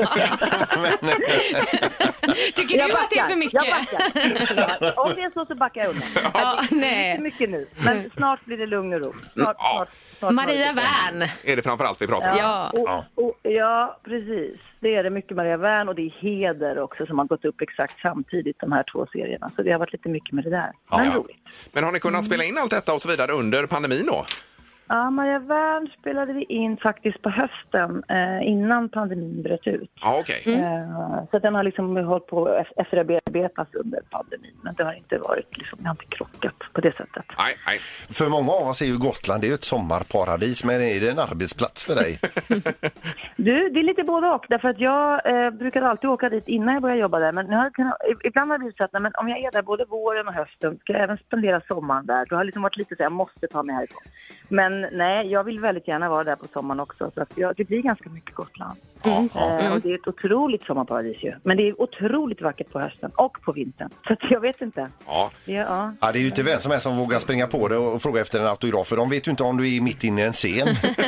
Tycker du att det är för mycket? Jag backar. Om det är så så backar jag undan. Ja, Det är nej. inte mycket nu. Men snart blir det lugn och ro. Snart, Ja. snart, snart Maria Wern. Är det framförallt vi pratar om? Ja. Och, och, ja, precis. Det är det mycket Maria Wern och det är Heder också som har gått upp exakt samtidigt, de här två serierna. Så det har varit lite mycket med det där. Men Ja. roligt. Men har ni kunnat spela in allt detta och så vidare under pandemin då? Ja, Maria Wern spelade vi in faktiskt på hösten eh, innan pandemin bröt ut. Ja, okej. Eh, så den har liksom hållit på att efterarbetas under pandemin. Men det har inte varit, liksom, det har inte krockat på det sättet. Nej, nej. För många av oss är ju Gotland, det är ju ett sommarparadis, men är det en arbetsplats för dig? Du, det är lite både och. Därför att jag eh, brukar alltid åka dit innan jag börjar jobba där. Men nu har jag kunnat, ibland har det blivit så att nej, men om jag är där både våren och hösten, ska jag även spendera sommaren där. Då har det liksom varit lite så att jag måste ta mig härifrån. Men nej, jag vill väldigt gärna vara där på sommaren också. Så att jag, det blir ganska mycket Gotland. Mm. Eh, och det är ett otroligt sommarparadis ju. Men det är otroligt vackert på hösten och på vintern. Så att jag vet inte. Ja. Det, ja. Ja, det är ju inte vem som helst som vågar springa på det och fråga efter en autograf, för de vet ju inte om du är mitt inne i en scen.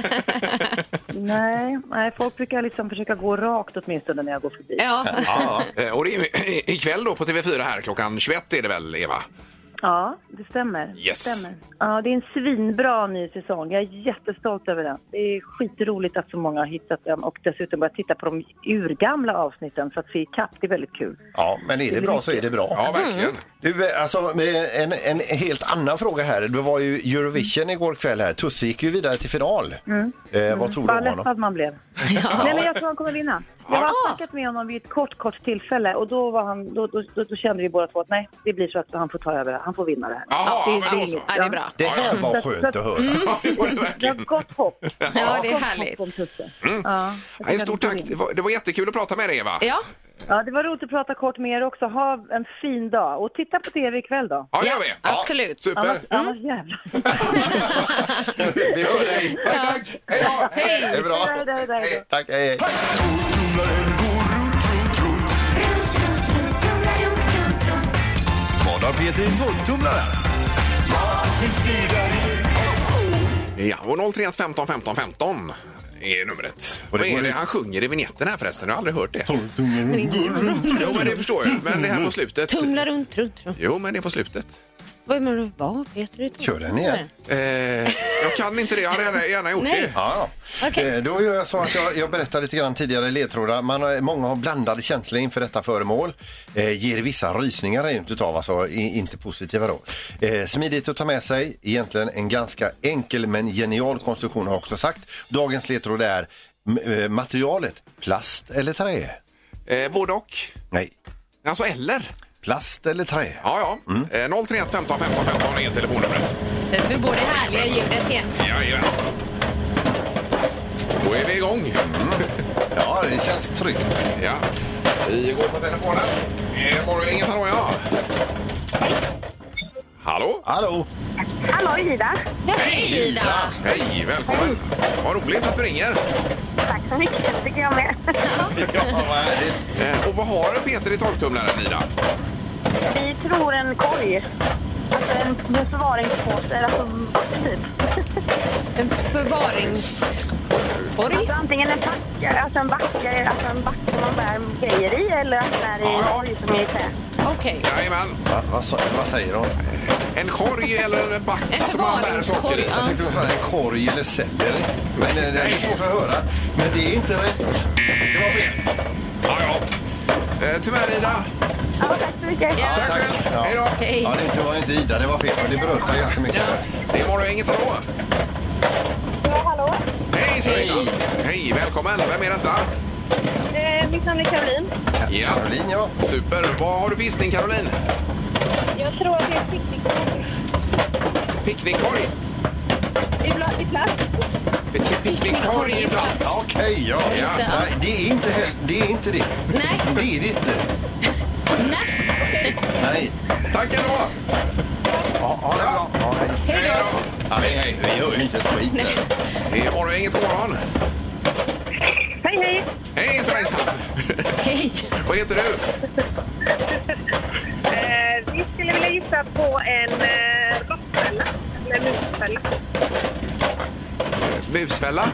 nej, nej, folk brukar liksom försöka gå rakt åtminstone när jag går förbi. Ja. Ja. Eh, Och det är ikväll då på T V fyra här klockan tjugoett är det väl, Eva? Ja, det stämmer. Yes. Det stämmer. Ja, det är en svinbra ny säsong. Jag är jättestolt över den. Det är skitroligt att så många har hittat den och dessutom börjat titta på de urgamla avsnitten för att se ikapp. Det är väldigt kul. Ja, men är det bra så är det bra. Ja, verkligen. Du, alltså, en, en helt annan fråga här. Det var ju Eurovision igår kväll här. Tusse gick ju vidare till final. Mm. Eh, vad tror du Vad om honom? lättad man blev. Ja. Nej, men jag tror han kommer vinna. Jag har snackat med honom vid ett kort, kort tillfälle och då, var han, då, då, då, då kände vi båda två att nej, det blir så att han får ta över. Han får vinna det här. Jaha, det, men det, då är så. inget- Ja, det är bra. Det här var skönt att höra. Ja, det var det Jag har verkligen. gott hopp. Ja, det är Gott härligt. hopp om Tusse. Mm. Ja, jag Nej, tycker stort att tack. det är Det var, det var jättekul att prata med dig, Eva. Ja, Ja, det var roligt att prata kort med er också. Ha en fin dag. Och titta på T V ikväll då. Ja, det gör vi. absolut. Super. Annars, annars jävlar. Vi hör dig. Tack, tack. Hej då. Hej. Det är bra. Nej, nej, nej, nej. Tack, hej, hej. Vad har Peter i torktumlaren? Ja, och noll tre ett femton femton femton är numret. Vad är det han sjunger i vignetten här förresten? Jag har aldrig hört det. Jo, men det förstår jag. Men det här på slutet. Tumla runt, runt, runt. Jo, men det är på slutet. Vad menar du? Vad, Peter? i Kör den igen. Eh, jag kan inte det. Jag hade gärna, gärna gjort Nej. det. Ja, Okej. eh, då gör jag så att jag, jag berättade lite grann tidigare i ledtrådar. Man har, många har blandade känslor inför detta föremål. Eh, ger vissa rysningar rent utav, alltså i, inte positiva då. Eh, smidigt att ta med sig. Egentligen en ganska enkel men genial konstruktion har jag också sagt. Dagens ledtråd är m- eh, materialet plast eller trä? Eh, både och. Nej, Alltså eller? plast eller trä? Ja, ja. Mm. Eh, noll tre ett femton femton femton är telefonnumret. Sätter vi på det härliga ljudet igen. Jajamän. Då är vi igång. Ja, det känns tryggt. Ja. Vi går på telefonen. Eh, morgon, inget hallå, ja. Hallå? Hallå? Hallå, Ida. Hej, Ida. Hej, välkommen. Vad roligt att du ringer. Tack så mycket. Det tycker jag med. Ja, vad härligt. Eh, och vad har Peter i torktumlaren, Ida? Vi tror en korg. Alltså en förvaringspåse. Alltså typ. En förvaringskorg. Alltså antingen en packa, alltså en backa, alltså en back som man bär grejer i eller att det är i en korg som är i trä. Okej. Jajamän. Va, vad, sa- vad säger hon? En korg eller en back En som man bär saker i. förvaringskorg, ja. Jag tyckte hon sa en korg eller celler. Men eh, det är svårt att höra. Men det är inte rätt. Det var fel. Ja, ja. Eh, tyvärr, Ida. Ja, tack så mycket. Ja. Tack själv. Ja. Hej då. Hej. Ja, det inte- var inte Ida, det var fel. Men det bröt ganska mycket. Det är morgon, inget hallå. Ja, hallå. Hej, hej. Hej, välkommen. Vem är detta? Eh, mitt namn är Caroline. Ja. Caroline, ja. Super. Vad har du för gissning, Caroline? Jag tror att det är picknickkorg. Picknickkorg. I, bla- i plast. Pick- Picknickkorg i plast. Okej, ja. Ja. Nej, det är inte, he- det är inte det. Nej. Det är det inte. Nej. Nej. Tack ändå. Ja, ha det bra. Ja, hej. Hej då. Hej, hej. Vi hör ju inte ett skit där. Det är morgon, inget god morgon. Hej, hej. Hej, hejsan. Hej. Vad heter du? Eh, vi skulle vilja gissa på en eh, råttfälla. Eller musfälla. Musfälla.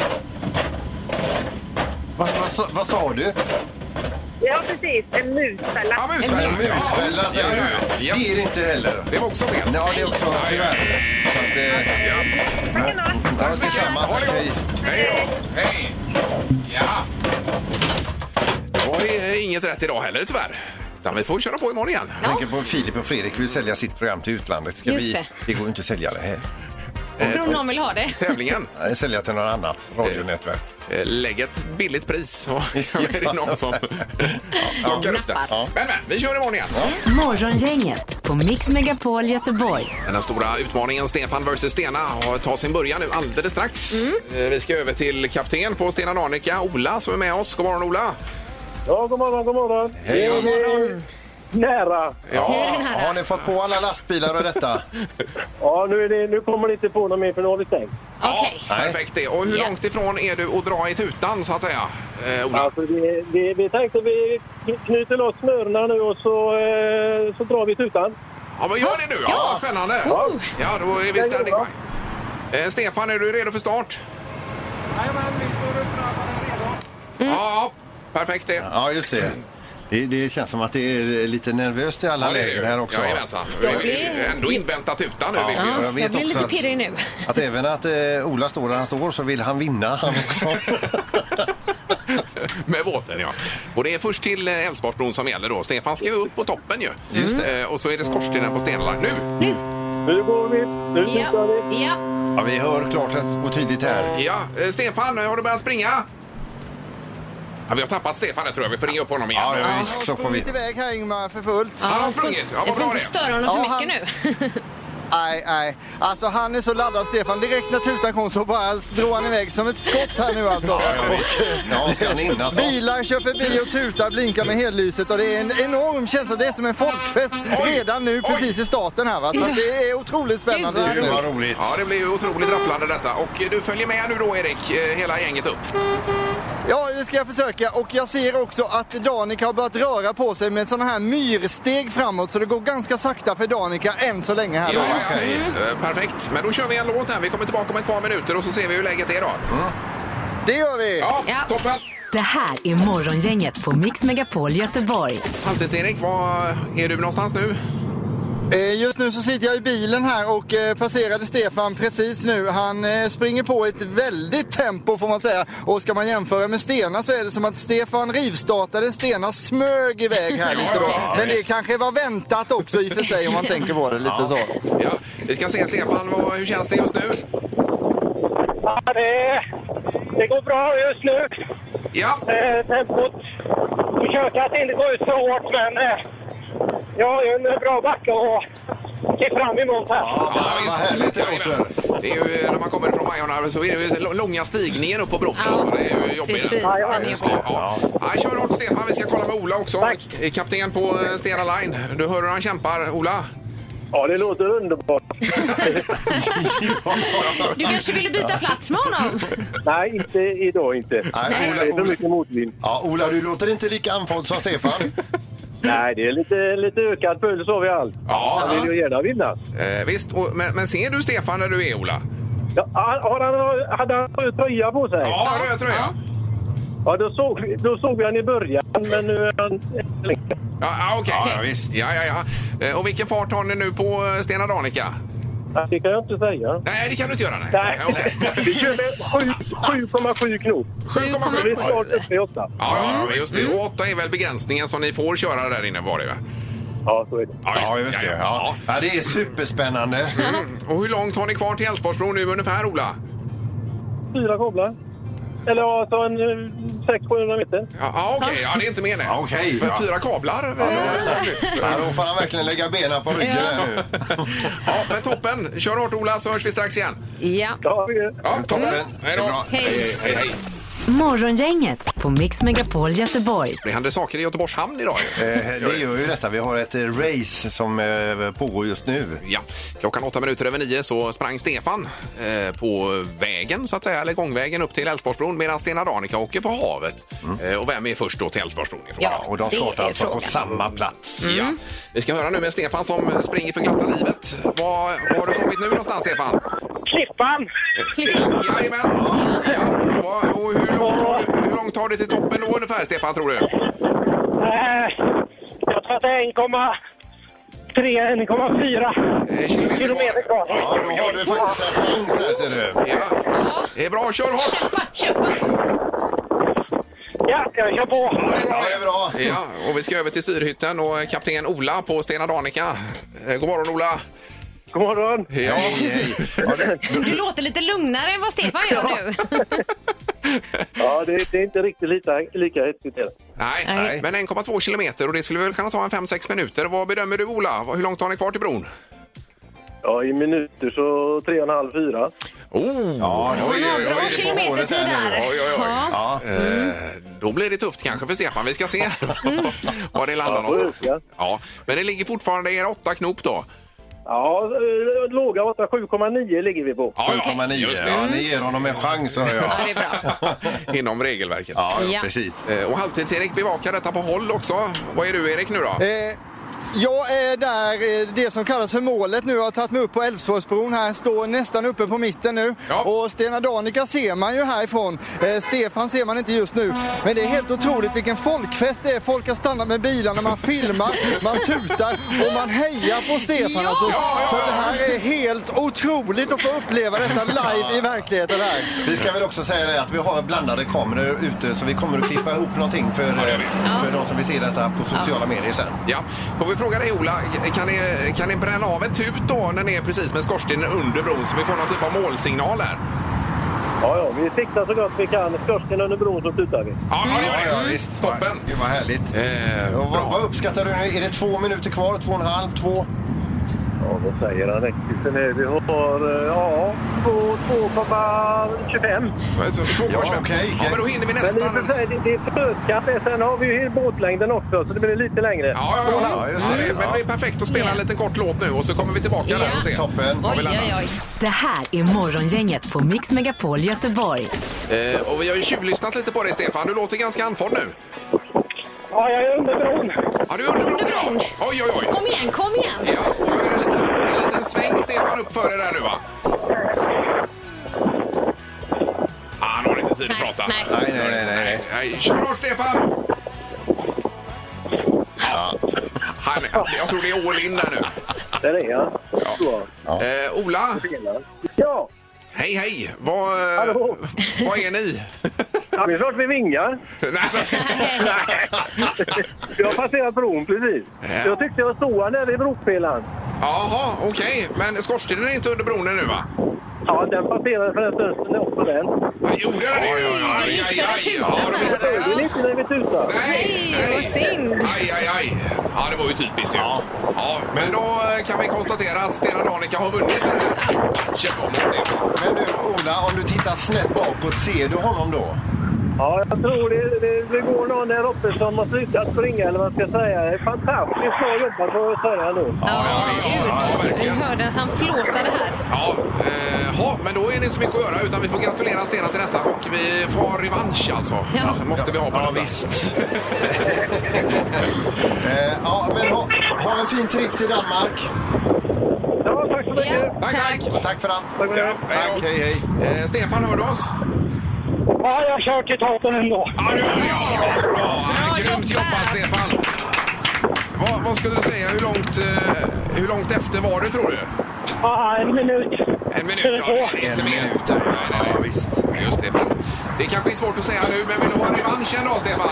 Vad, vad, sa- vad sa du? Ja, precis. En musfälla. Ja, musfälla. En musfälla, Ja, säger ja, du. ja. Ja. Det är det inte heller. Det var också fel. Ja, det är också tyvärr. Så att, eh, Ja. Tack ändå. Tack så mycket. detsamma. Ha det gott. Hej då. Hej. Ja. Det var eh, inget rätt idag heller, tyvärr. Utan vi får köra på imorgon igen. Jag tänker på Filip och Fredrik vill sälja sitt program till utlandet. Ska Just vi, det. det går ju inte att sälja det här. Jag tror någon vill ha det. Tävlingen. Nej, sälja till något annat radionätverk. Eh, Lägg ett billigt pris så är det någon som plockar upp det. Nappar. Men, men, vi kör imorgon igen. Morgongänget på Mix Megapol Göteborg. Den stora utmaningen Stefan versus Stena har tagit sin början nu alldeles strax. Mm. Eh, Vi ska över till kapten på Stena Danica, Ola, som är med oss. God morgon, Ola. Ja, god morgon, god morgon. Hej. God morgon. Nära. Ja, har ni fått på alla lastbilar och detta? Ja, nu, är det, nu kommer ni inte på någon mer för nu har vi stängt. Okej. Ja, perfekt det. Och hur Ja. långt ifrån är du att dra i tutan, så att säga, eh, Ola? Alltså, vi, vi, vi tänkte vi knyter loss snörena nu och så, eh, så drar vi tutan. Ja, vad gör ni nu? Ja, spännande. Ja. Ja, då är vi standing by. Eh, Stefan, är du redo för start? Jajamän, vi står upp för att han är redo. Ja, perfekt det. Ja, just det. Det, det känns som att det är lite nervöst i alla Ja, det är lägen det. här också. Jajamensan. Jag Vi blir- vill ändå invänta tutan nu. Ja. vill vi göra. Ja, Jag vet jag blir också lite att- pirrig nu. Att även att eh, Ola står där han står så vill han vinna han också. med båten, ja. Och det är först till Älvsborgsbron som gäller då. Stefan ska ju upp på toppen ju. Just det. Och så är det skorstenen på Stena Line. Nu! Nu! Nu går vi. Nu Ja. vi. Ja. Ja, vi hör klart och tydligt här. Ja, eh, Stefan, har du börjat springa? Ja, vi har tappat Stefan, tror jag. Vi får ringa upp honom igen. Ja, ja, visst, så får vi. Iväg här, Ingmar, för fullt. Ja, han har sprungit. Ja, Jag vad får bra inte det. störa honom för Ja, mycket nu. Nej, nej. Alltså han är så laddad, Stefan. Direkt när tutan kom så bara drar han iväg som ett skott här nu alltså. Ja, ja, visst. Ja, ska han in alltså. Bilar kör förbi och tutar, blinkar med hellyset och det är en enorm känsla. Det är som en folkfest redan nu precis i starten här, va? Så att det är otroligt spännande just Det nu. var roligt. Ja, det blir ju otroligt rafflande detta. Och du följer med nu då, Erik, eh, hela gänget upp. Ja, det ska jag försöka. Och jag ser också att Danica har börjat röra på sig med sådana här myrsteg framåt. Så det går ganska sakta för Danica än så länge här. Ja, okej. Eh, Perfekt. Men då kör vi en låt här. Vi kommer tillbaka om ett par minuter och så ser vi hur läget är då. Det gör vi! Ja, Ja. toppen! Det här är Morgongänget på Mix Megapol Göteborg. Halvtids-Erik, var är du någonstans nu? Eh, Just nu så sitter jag i bilen här och eh, passerade Stefan precis nu. Han eh, springer på ett väldigt tempo får man säga. Och ska man jämföra med Stena så är det som att Stefan rivstartade, Stena smög iväg här lite då. Men det kanske var väntat också i och för sig om man tänker på det lite så. Ja, vi ska se Stefan, vad, hur känns det just nu? Ja, det, det går bra just nu. Ja. Eh, tempot. Försöker att inte gå ut så hårt, men eh, jag har ju en bra backe och se fram emot här. Ja, vad härligt det låter. Det är ju, när man kommer från Majorna så är det ju långa stigningar upp på bron. Ja, det är ju jobbigt. precis. Ja, Ja, just det. Ja. Ja, kör hårt Stefan, vi ska kolla med Ola också. Tack. Kapten på eh, Stena Line. Du hör hur han kämpar, Ola? Ja, det låter underbart. Du kanske ville byta plats med honom? Nej, inte idag inte. Nej, Det är så mycket motvind. Ja, Ola, du låter inte lika andfådd som Stefan. Nej, det är lite, lite ökad puls överallt. Ja. Han vill ju gärna vinna. Eh, visst, och, men, men ser du Stefan när du är, Ola? Ja, har han, hade han röd tröja på sig? Ja, röd tröja. Ja, då såg, vi- då såg vi han i början, men nu är han längre. Ja, ja okej. Ja, ja, visst. Ja, ja, ja. Eh, Och vilken fart har ni nu på eh, Stena Danica? Ja, det kan jag inte säga. Nej, det kan du inte göra. Nej. Nej, okej. vi kör med sju komma sju knop. sju komma sju. Vi är snart uppe i åtta. Ja, ja, just det. Och åtta är väl begränsningen som ni får köra där inne, var det va? Ja, så är det. Ja, just det. Ja. Ja, det är superspännande. Mm. Och hur långt har ni kvar till Älvsborgsbron nu ungefär, Ola? Fyra kablar. Eller alltså en sex till sjuhundra meter. Ja, ja okej. Ja, det är inte mer det. Ja, okej. För Ja. fyra kablar? Ja, då får han verkligen lägga benen på ryggen här nu. Ja, men toppen. Kör hårt, Ola, så hörs vi strax igen. Ja. Ja, vi är. Ja, toppen. Mm. Hej då. Bra. Hej. Hej, hej. Morgongänget på Mix Megapol Göteborg. Det händer saker i Göteborgs hamn idag. Eh, Det gör ju detta. Vi har ett eh, race som eh, pågår just nu. Ja, klockan åtta minuter över nio så sprang Stefan eh, på vägen så att säga, eller gångvägen upp till Älvsborgsbron medan Stena Danica åker på havet. Eh, och vem är först då till Älvsborgsbron? ifrån? Ja, Och de det startar är alltså på frågan. samma plats. Ja. Vi ska höra nu med Stefan som springer för glatta livet. Var, var har du kommit nu någonstans, Stefan? Klippan! Klippan. Jajamän. Ja. Och, och hur, långt har du, hur långt tar det till toppen då ungefär, Stefan, tror du? Eh, jag tror att det är en komma tre till en komma fyra kilometer kvar. Ja, då har du faktiskt en chans här, ser du. Ja. Det är bra, kör hårt! Köpa, köpa. Ja, jag kör på. Ja, det är bra. Ja, och vi ska över till styrhytten och kapten Ola på Stena Danica. Eh, God morgon, Ola. God morgon. Ja. Hej, hej. Du låter lite lugnare än vad Stefan gör nu. Ja, det, det är inte riktigt lika, lika hetsigt. Nej, Nej. men en komma två kilometer och det skulle väl kunna ta en fem sex minuter. Vad bedömer du, Ola? Hur långt har ni kvar till bron? Ja, i minuter så tre och en halv, fyra. Oh, Ja, då är Ja, det- då är bra det på kilometertid håret här nu. där. Oj, oj, oj. Ja. Ja. Eh, då blir det tufft kanske för Stefan. Vi ska se var det landar Ja, någonstans. ja. Ja, men det ligger fortfarande i er åtta knop då. Ja, eh, låga åtta, sju komma nio ligger vi på. Ja, sju komma nio. just det. Ja, ni ger honom en chans, hör jag. Ja, det är bra. Inom regelverket. Ja, Ja. precis. Eh, och halvtids-Erik bevakar detta på håll också. Vad är du, Erik, nu då? Eh, jag är där, eh, det som kallas för målet nu. Jag har tagit mig upp på Älvsborgsbron här, står nästan uppe på mitten nu. Ja. Och Stena Danica ser man ju härifrån. Eh, Stefan ser man inte just nu. Men det är helt otroligt vilken folkfest det är. Folk har stannat med bilarna, man filmar, man tutar och man hejar på Stefan. Alltså. Så att det här är helt otroligt att få uppleva detta live i verkligheten här. Vi ska väl också säga det att vi har blandade kameror ute, så vi kommer att klippa ihop någonting för, ja, för de som vill se detta på sociala medier sen. Ja, får vi fråga dig Ola, kan ni, kan ni bränna av ett tut då när ni är precis med skorstenen under bron så vi får någon typ av målsignal här? Ja, ja, vi siktar så gott vi kan. Skorstenen under bron så tutar vi. Ja, ja, ja, ja visst. Toppen. Det var härligt. Eh, och vad, vad uppskattar du nu? Är det två minuter kvar? Två och en halv? Två? Ja, vad säger han? Vi har, ja, två komma tjugofem. två komma tjugofem. Ja, okej. Ja, men då hinner vi nästan. Men det, det är förutskatt. Sen har vi ju båtlängden också, så det blir lite längre. Ja, ja, ja. ja, just det. Men det är perfekt att spela en liten kort låt nu och så kommer vi tillbaka där och se. Toppen. Oj, oj, oj. Det här är Morgongänget på Mix Megapol Göteborg. Eh, och vi har ju tjuvlyssnat lite på dig, Stefan. Du låter ganska andfådd nu. Ja, jag är under bron. Ja, du är under bron, ja. Oj, oj, oj. Kom igen, kom igen. Ja, och nu är det lite, en liten sväng, Stefan, upp för dig där nu, va? Ah, han har inte tid att Nej, prata. nej. Nej, nej, nej, nej. Nej, kör hårt, Stefan! Ja. Han, jag tror det är all in där nu. Där är jag. Ja. Eh, Ola? Ja. Hej, hej! Vad, Hallå. vad är ni? Ja, det är klart vi vingar. Jag har passerat bron precis. Ja. Jag tyckte jag stod här nere i bropelaren. Jaha, okej. Okay. Men skorstenen är inte under bron nu, va? Ja, den passerade för en stund sedan också den. Ja, gjorde den det? Oj, Aj, missade aj, aj. tutan Ja, där. de missade Det är den. lite när vi tutar. Nej, Nej, vad synd. Aj, aj, aj. Ja, det var ju typiskt ju. Ja. Ja, men då eh, kan vi konstatera att Stena Danica har vunnit den här matchen. Men du, Ola, om du tittar snett bakåt, ser du honom då? Ja, jag tror det, det, det går någon där uppe som har slutat springa, eller vad ska jag säga. Det är fantastiskt bra jobbat, får jag säga då. Ja, visst. Ja, gud. Vi verkligen. hörde att han flåsade här. Ja, eh, ha, men då är det inte så mycket att göra utan vi får gratulera Stena till detta och vi får ha revansch alltså. Ja. Det måste vi ha på Ja, detta. visst. eh, ja, men ha, ha en fin trip till Danmark. Ja, tack så mycket. Ja, Tack, tack. Och tack för allt. Tack för det. Tack, hej, hej. Eh, Stefan, hör du oss? Ja, jag kör till toppen ändå. Ja, du gör det. Ja, bra. bra. Grymt jobbat, Stefan. Vad, vad skulle du säga? Hur långt, eh, hur långt efter var du, tror du? Ja, en minut. En minut, ja. Det är inte mer. Nej, nej, nej, visst. Just det, men det kanske är svårt att säga nu, men vill du ha revansch en dag, Stefan?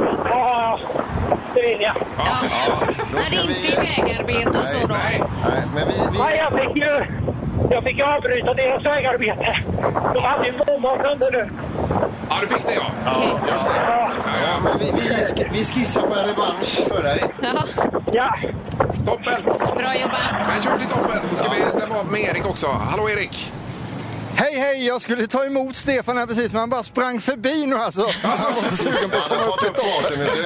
Ja, det vill jag. Ja. När det inte är vägarbete och så då. Nej. Nej, men vi, vi... Ja, jag fick ju... Jag fick ju avbryta deras vägarbete. De hade ju bombat under nu. Ja, du fick det, ja. Ja. Just det. Ja. Ja, men vi, vi, sk- vi skissar på en revansch för dig. Ja, Ja. Toppen. bra jobbat. Men kör till toppen så ska vi stämma av med Erik också. Hallå, Erik. Hej, hej! Jag skulle ta emot Stefan här precis, men han bara sprang förbi nu alltså. Han var så sugen på att komma upp till farten, vet du.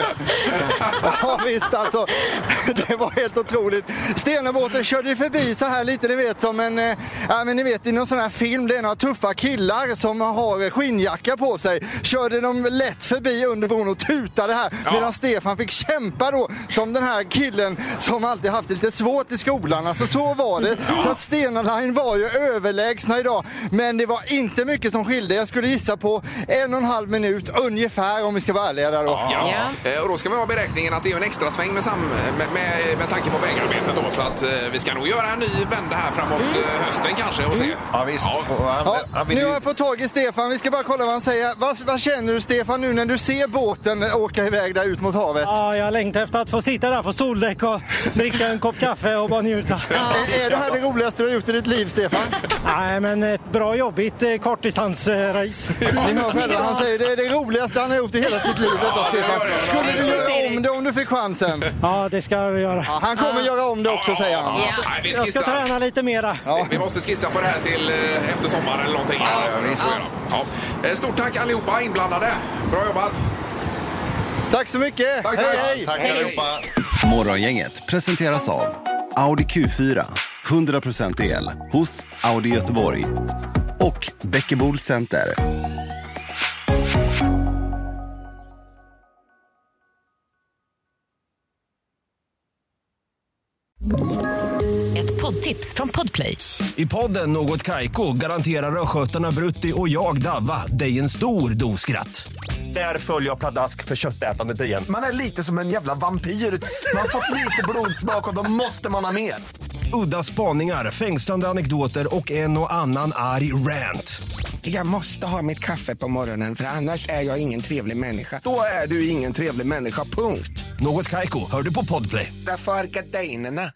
Ja, visst alltså. Det var helt otroligt. Stenabåten körde ju förbi så här lite, ni vet, som en... Eh, ja, men ni vet, i någon sån här film, det är några tuffa killar som har skinnjacka på sig. Körde de lätt förbi under bron och tutade här. Ja. Medan Stefan fick kämpa då, som den här killen som alltid haft det lite svårt i skolan. Alltså så var det. Så att Stena Line var ju överlägsna idag. Men det var inte mycket som skilde. Jag skulle gissa på en och en halv minut ungefär, om vi ska vara ärliga där då. Ja. Eh, Och då ska vi ha beräkningen att det är en extra sväng med, sam, med, med, med tanke på vägarbetet då. Så att eh, vi ska nog göra en ny vända här framåt eh, hösten kanske och se. Ja, visst. Ja. Och han, Ja, han vill nu ju- har jag fått tag i Stefan. Vi ska bara kolla vad han säger. Vad, vad känner du, Stefan, nu när du ser båten åka iväg där ut mot havet? Ja, jag längtar efter att få sitta där på soldäck och dricka en kopp kaffe och bara njuta. Är, är det här det roligaste du har gjort i ditt liv, Stefan? Nej, men ett bra jobbigt eh, kortdistansrace. Ni hör själva, han säger det är det roligaste han har gjort i hela sitt liv, detta, Stefan. Skulle du göra om det om du fick chansen? Ja, det ska jag göra. Ja, han kommer göra om det också, säger han. Nej, vi, Jag ska skissar. träna lite mera. Ja. Vi måste skissa på det här till eh, efter sommaren eller någonting. Ja, ja. Ja. Eh, Stort tack allihopa inblandade. Bra jobbat. Tack så mycket. Tack, hej, tack. hej. Tack allihopa. Morgongänget presenteras av Audi Q fyra, hundra procent el hos Audi Göteborg och Bäckebol Center. poddtips från Podplay. I podden Något Kaiko garanterar röskötarna Brutti och jag Davva dig en stor dos skratt. Där följer jag pladask för köttätandet igen. Man är lite som en jävla vampyr. Man har fått lite blodsmak och då måste man ha mer. Udda spaningar, fängslande anekdoter och en och annan arg rant. Jag måste ha mitt kaffe på morgonen för annars är jag ingen trevlig människa. Då är du ingen trevlig människa, punkt. Något Kaiko, hör du på Podplay. Därför är gardinerna.